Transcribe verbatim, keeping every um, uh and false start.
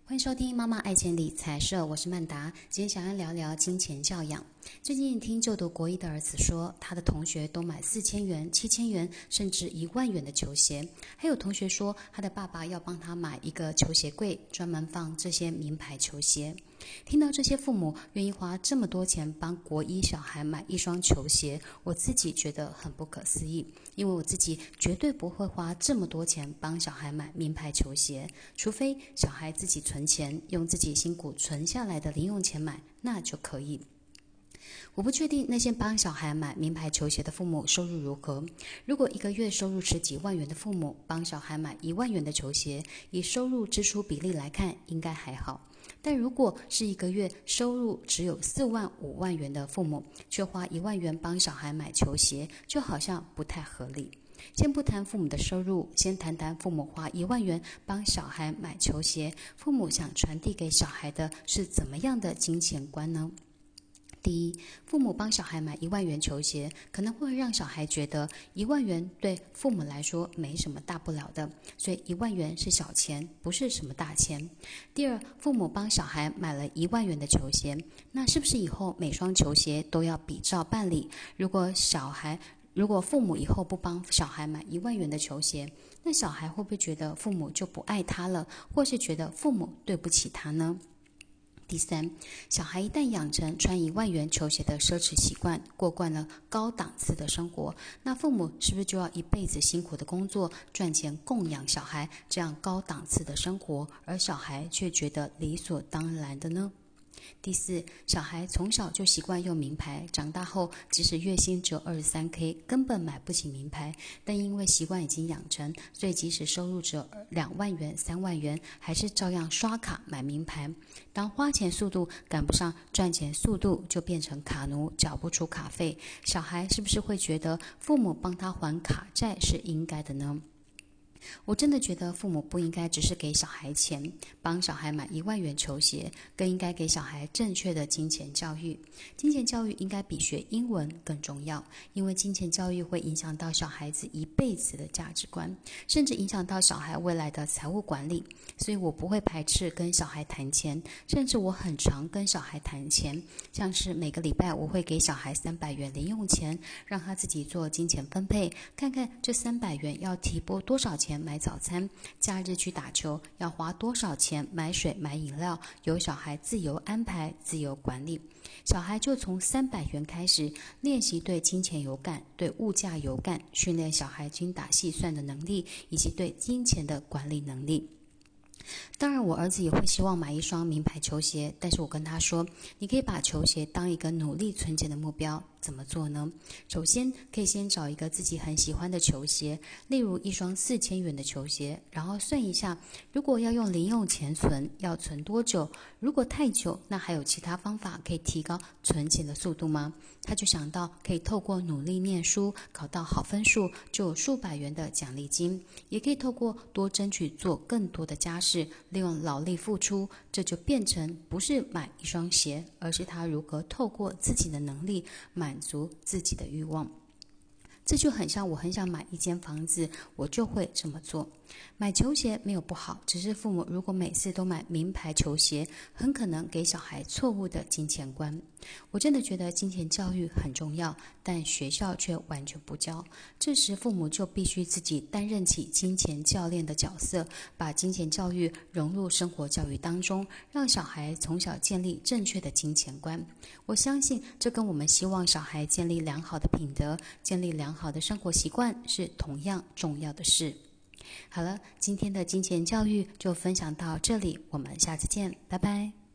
欢迎收听妈妈爱钱理财社，我是曼达。今天想要聊聊金钱教养。最近听就读国一的儿子说，他的同学都买四千元、七千元，甚至一万元的球鞋。还有同学说，他的爸爸要帮他买一个球鞋柜，专门放这些名牌球鞋。听到这些父母愿意花这么多钱帮国一小孩买一双球鞋，我自己觉得很不可思议，因为我自己绝对不会花这么多钱帮小孩买名牌球鞋，除非小孩自己存钱，用自己辛苦存下来的零用钱买，那就可以。我不确定那些帮小孩买名牌球鞋的父母收入如何。如果一个月收入十几万元的父母帮小孩买一万元的球鞋，以收入支出比例来看，应该还好。但如果是一个月收入只有四万五万元的父母，却花一万元帮小孩买球鞋，就好像不太合理。先不谈父母的收入，先谈谈父母花一万元帮小孩买球鞋，父母想传递给小孩的是怎么样的金钱观呢？第一，父母帮小孩买一万元球鞋，可能会让小孩觉得一万元对父母来说没什么大不了的，所以一万元是小钱，不是什么大钱。第二，父母帮小孩买了一万元的球鞋，那是不是以后每双球鞋都要比照办理？如果小孩如果父母以后不帮小孩买一万元的球鞋，那小孩会不会觉得父母就不爱他了，或是觉得父母对不起他呢？第三，小孩一旦养成穿一万元球鞋的奢侈习惯，过惯了高档次的生活，那父母是不是就要一辈子辛苦的工作赚钱供养小孩这样高档次的生活，而小孩却觉得理所当然的呢？第四，小孩从小就习惯用名牌，长大后即使月薪只有 二十三K， 根本买不起名牌，但因为习惯已经养成，所以即使收入只有两万元、三万元，还是照样刷卡买名牌。当花钱速度赶不上赚钱速度，就变成卡奴，缴不出卡费，小孩是不是会觉得父母帮他还卡债是应该的呢？我真的觉得父母不应该只是给小孩钱，帮小孩买一万元球鞋，更应该给小孩正确的金钱教育。金钱教育应该比学英文更重要，因为金钱教育会影响到小孩子一辈子的价值观，甚至影响到小孩未来的财务管理。所以我不会排斥跟小孩谈钱，甚至我很常跟小孩谈钱，像是每个礼拜我会给小孩三百元零用钱，让他自己做金钱分配，看看这三百元要提拨多少钱买早餐，假日去打球要花多少钱买水买饮料，由小孩自由安排自由管理。小孩就从三百元开始练习对金钱有感，对物价有感，训练小孩精打细算的能力，以及对金钱的管理能力。当然我儿子也会希望买一双名牌球鞋，但是我跟他说，你可以把球鞋当一个努力存钱的目标。怎么做呢？首先可以先找一个自己很喜欢的球鞋，例如一双四千元的球鞋，然后算一下，如果要用零用钱存，要存多久？如果太久，那还有其他方法可以提高存钱的速度吗？他就想到可以透过努力念书，考到好分数，就有数百元的奖励金，也可以透过多争取做更多的家事，利用劳力付出，这就变成不是买一双鞋，而是他如何透过自己的能力满足自己的欲望。这就很像我很想买一间房子，我就会这么做。买球鞋没有不好，只是父母如果每次都买名牌球鞋，很可能给小孩错误的金钱观。我真的觉得金钱教育很重要，但学校却完全不教。这时父母就必须自己担任起金钱教练的角色，把金钱教育融入生活教育当中，让小孩从小建立正确的金钱观。我相信这跟我们希望小孩建立良好的品德，建立良好的生活习惯是同样重要的事。好了，今天的金钱教育就分享到这里，我们下次见，拜拜。